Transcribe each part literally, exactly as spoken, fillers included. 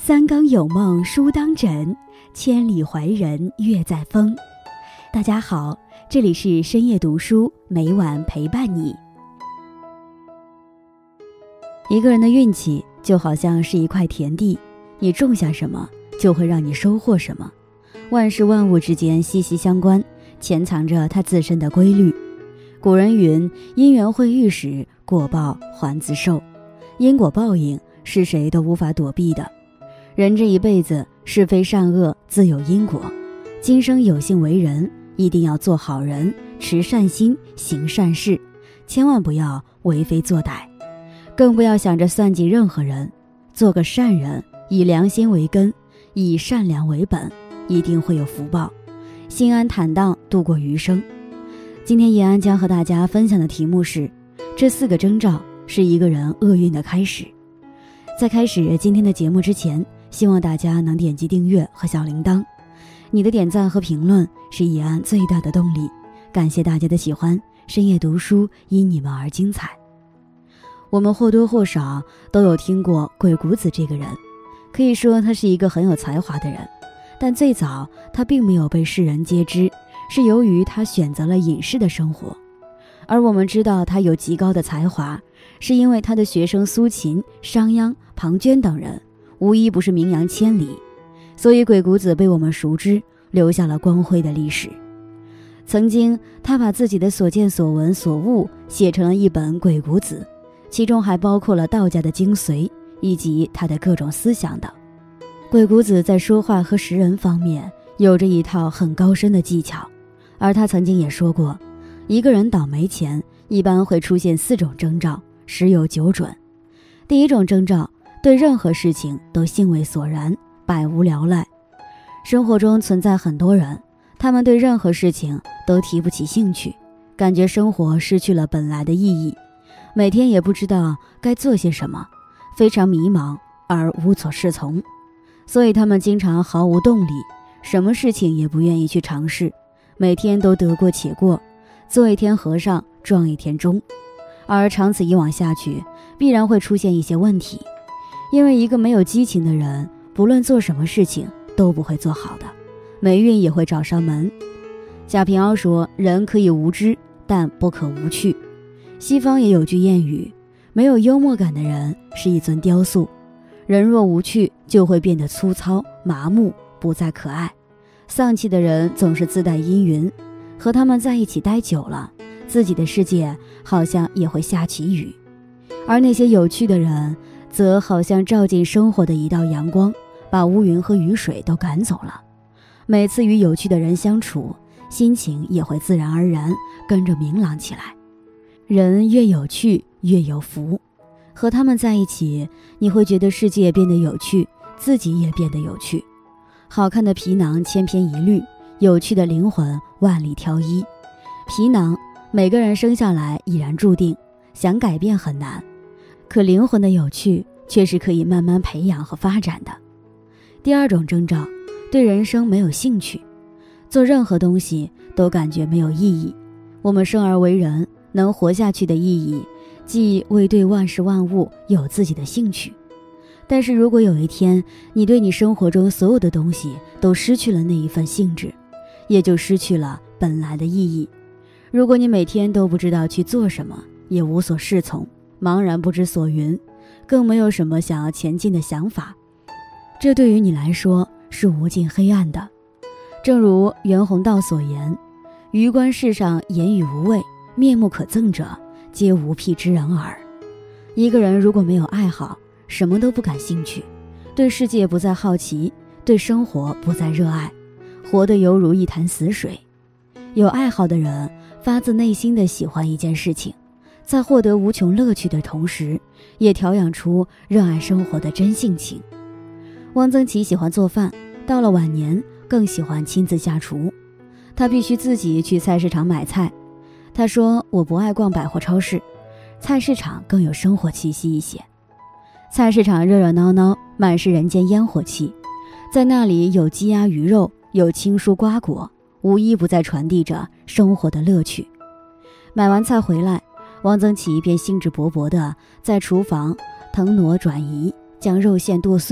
三更有梦书当枕，千里怀人月在风。大家好，这里是深夜读书，每晚陪伴你。一个人的运气就好像是一块田地，你种下什么，就会让你收获什么。万事万物之间息息相关，潜藏着它自身的规律。古人云：因缘会遇时，果报还自受。因果报应是谁都无法躲避的。人这一辈子，是非善恶自有因果。今生有幸为人，一定要做好人，持善心，行善事，千万不要为非作歹，更不要想着算计任何人。做个善人，以良心为根，以善良为本，一定会有福报，心安坦荡度过余生。今天叶安将和大家分享的题目是：这四个征兆是一个人厄运的开始。在开始今天的节目之前，希望大家能点击订阅和小铃铛，你的点赞和评论是叶安最大的动力。感谢大家的喜欢，深夜读书因你们而精彩。我们或多或少都有听过鬼谷子这个人，可以说他是一个很有才华的人，但最早他并没有被世人皆知，是由于他选择了隐士的生活。而我们知道他有极高的才华，是因为他的学生苏秦、商鞅、庞涓等人无一不是名扬千里，所以鬼谷子被我们熟知，留下了光辉的历史。曾经他把自己的所见所闻所悟写成了一本《鬼谷子》，其中还包括了道家的精髓以及他的各种思想等。鬼谷子在说话和识人方面有着一套很高深的技巧，而他曾经也说过，一个人倒霉前一般会出现四种征兆，十有九准。第一种征兆，对任何事情都兴味索然，百无聊赖。生活中存在很多人，他们对任何事情都提不起兴趣，感觉生活失去了本来的意义，每天也不知道该做些什么，非常迷茫而无所适从，所以他们经常毫无动力，什么事情也不愿意去尝试，每天都得过且过，做一天和尚撞一天钟。而长此以往下去，必然会出现一些问题，因为一个没有激情的人，不论做什么事情都不会做好的，霉运也会找上门。贾平凹说，人可以无知，但不可无趣。西方也有句谚语，没有幽默感的人是一尊雕塑，人若无趣，就会变得粗糙麻木，不再可爱。丧气的人总是自带阴云，和他们在一起待久了，自己的世界好像也会下起雨。而那些有趣的人，则好像照进生活的一道阳光，把乌云和雨水都赶走了。每次与有趣的人相处，心情也会自然而然跟着明朗起来。人越有趣越有福，和他们在一起，你会觉得世界变得有趣，自己也变得有趣。好看的皮囊千篇一律，有趣的灵魂万里挑一。皮囊每个人生下来已然注定，想改变很难，可灵魂的有趣却是可以慢慢培养和发展的。第二种征兆，对人生没有兴趣，做任何东西都感觉没有意义。我们生而为人，能活下去的意义，即为对万事万物有自己的兴趣。但是如果有一天，你对你生活中所有的东西都失去了那一份兴致，也就失去了本来的意义。如果你每天都不知道去做什么，也无所适从，茫然不知所云，更没有什么想要前进的想法，这对于你来说是无尽黑暗的。正如袁宏道所言，余观世上言语无味，面目可憎者，皆无辟之人耳。一个人如果没有爱好，什么都不感兴趣，对世界不再好奇，对生活不再热爱，活得犹如一潭死水。有爱好的人，发自内心的喜欢一件事情，在获得无穷乐趣的同时，也调养出热爱生活的真性情。汪曾祺喜欢做饭，到了晚年更喜欢亲自下厨，他必须自己去菜市场买菜。他说，我不爱逛百货超市，菜市场更有生活气息一些。菜市场热热闹闹，满是人间烟火气，在那里有鸡鸭鱼肉，有青蔬瓜果，无一不在传递着生活的乐趣。买完菜回来，汪曾祺便兴致勃勃地在厨房腾挪转移，将肉馅剁碎，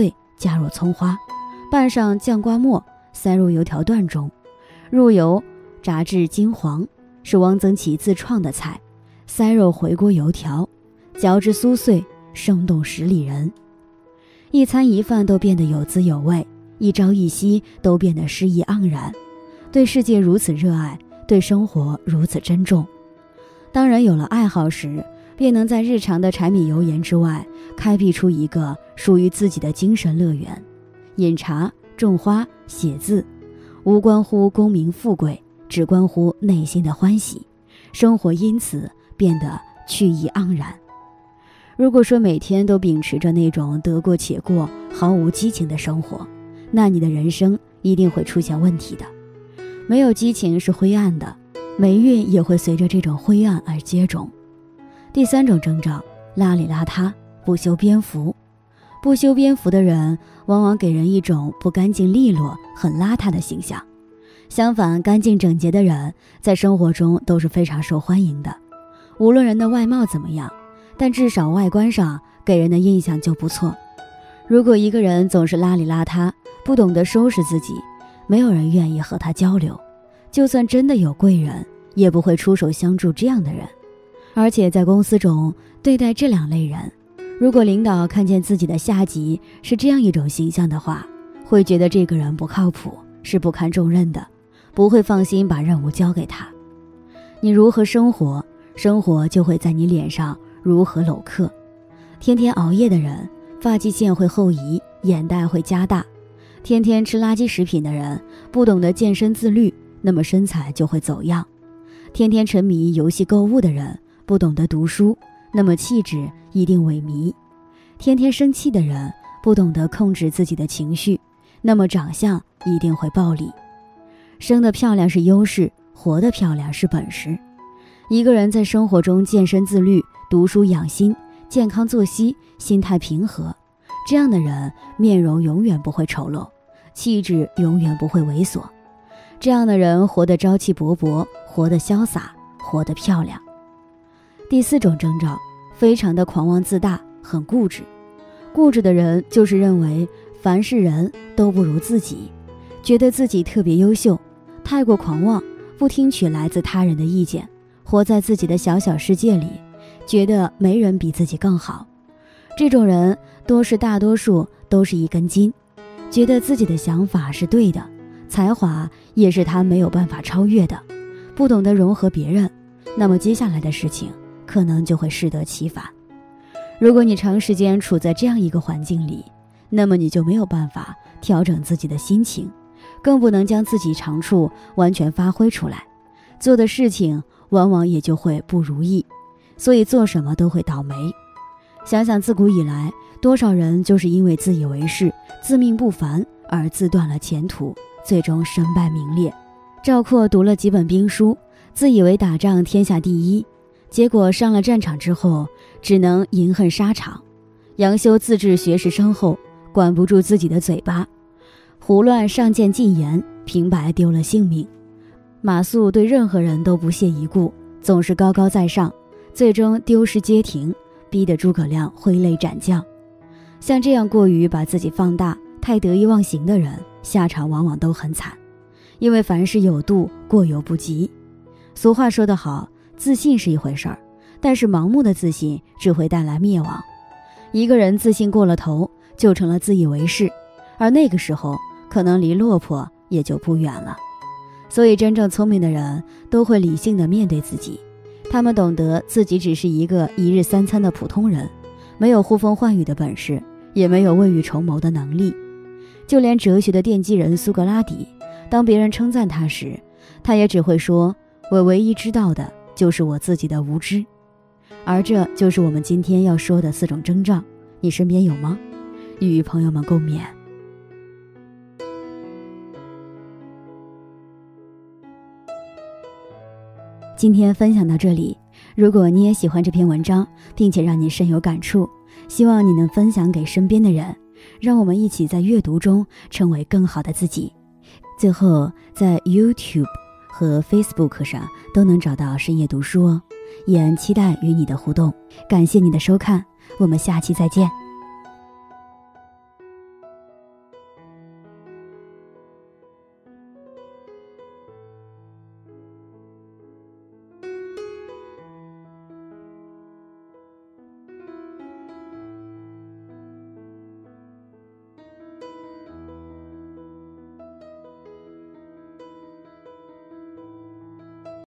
加入葱花，拌上酱瓜末，塞入油条段中，入油炸至金黄，是汪曾祺自创的菜。塞肉回锅油条，嚼之酥碎，生动十里人。一餐一饭都变得有滋有味，一朝一夕都变得诗意盎然。对世界如此热爱，对生活如此珍重。当人有了爱好时，便能在日常的柴米油盐之外，开辟出一个属于自己的精神乐园。饮茶、种花、写字，无关乎功名富贵，只关乎内心的欢喜。生活因此变得趣意盎然。如果说每天都秉持着那种得过且过、毫无激情的生活，那你的人生一定会出现问题的。没有激情是灰暗的，霉运也会随着这种灰暗而接踵。第三种征兆，邋里邋遢，不修边幅。不修边幅的人往往给人一种不干净利落、很邋遢的形象。相反，干净整洁的人在生活中都是非常受欢迎的。无论人的外貌怎么样，但至少外观上给人的印象就不错。如果一个人总是邋里邋遢，不懂得收拾自己，没有人愿意和他交流。就算真的有贵人，也不会出手相助这样的人。而且在公司中对待这两类人，如果领导看见自己的下级是这样一种形象的话，会觉得这个人不靠谱，是不堪重任的，不会放心把任务交给他。你如何生活，生活就会在你脸上如何镂刻。天天熬夜的人，发际线会后移，眼袋会加大。天天吃垃圾食品的人，不懂得健身自律，那么身材就会走样。天天沉迷游戏购物的人，不懂得读书，那么气质一定萎靡。天天生气的人，不懂得控制自己的情绪，那么长相一定会暴戾。生得漂亮是优势，活得漂亮是本事。一个人在生活中健身自律，读书养心，健康作息，心态平和，这样的人面容永远不会丑陋，气质永远不会猥琐。这样的人活得朝气勃勃，活得潇洒，活得漂亮。第四种征兆，非常的狂妄自大，很固执。固执的人就是认为凡是人都不如自己，觉得自己特别优秀，太过狂妄，不听取来自他人的意见，活在自己的小小世界里，觉得没人比自己更好。这种人多是大多数都是一根筋，觉得自己的想法是对的，才华也是他没有办法超越的，不懂得融合别人，那么接下来的事情可能就会适得其反。如果你长时间处在这样一个环境里，那么你就没有办法调整自己的心情，更不能将自己长处完全发挥出来，做的事情往往也就会不如意，所以做什么都会倒霉。想想自古以来，多少人就是因为自以为是、自命不凡而自断了前途，最终身败名裂。赵括读了几本兵书，自以为打仗天下第一，结果上了战场之后，只能饮恨沙场。杨修自恃学识深厚，管不住自己的嘴巴，胡乱上谏进言，平白丢了性命。马谡对任何人都不屑一顾，总是高高在上，最终丢失街亭，逼得诸葛亮挥泪斩将。像这样过于把自己放大、太得意忘形的人，下场往往都很惨，因为凡事有度，过犹不及。俗话说得好，自信是一回事儿，但是盲目的自信只会带来灭亡。一个人自信过了头，就成了自以为是，而那个时候可能离落魄也就不远了。所以真正聪明的人都会理性地面对自己，他们懂得自己只是一个一日三餐的普通人，没有呼风唤雨的本事，也没有未雨绸缪的能力。就连哲学的奠基人苏格拉底，当别人称赞他时，他也只会说，我唯一知道的就是我自己的无知。而这就是我们今天要说的四种征兆，你身边有吗？与朋友们共勉。今天分享到这里，如果你也喜欢这篇文章，并且让你深有感触，希望你能分享给身边的人，让我们一起在阅读中成为更好的自己。最后，在 YouTube 和 Facebook 上都能找到深夜读书哦，也很期待与你的互动。感谢你的收看，我们下期再见。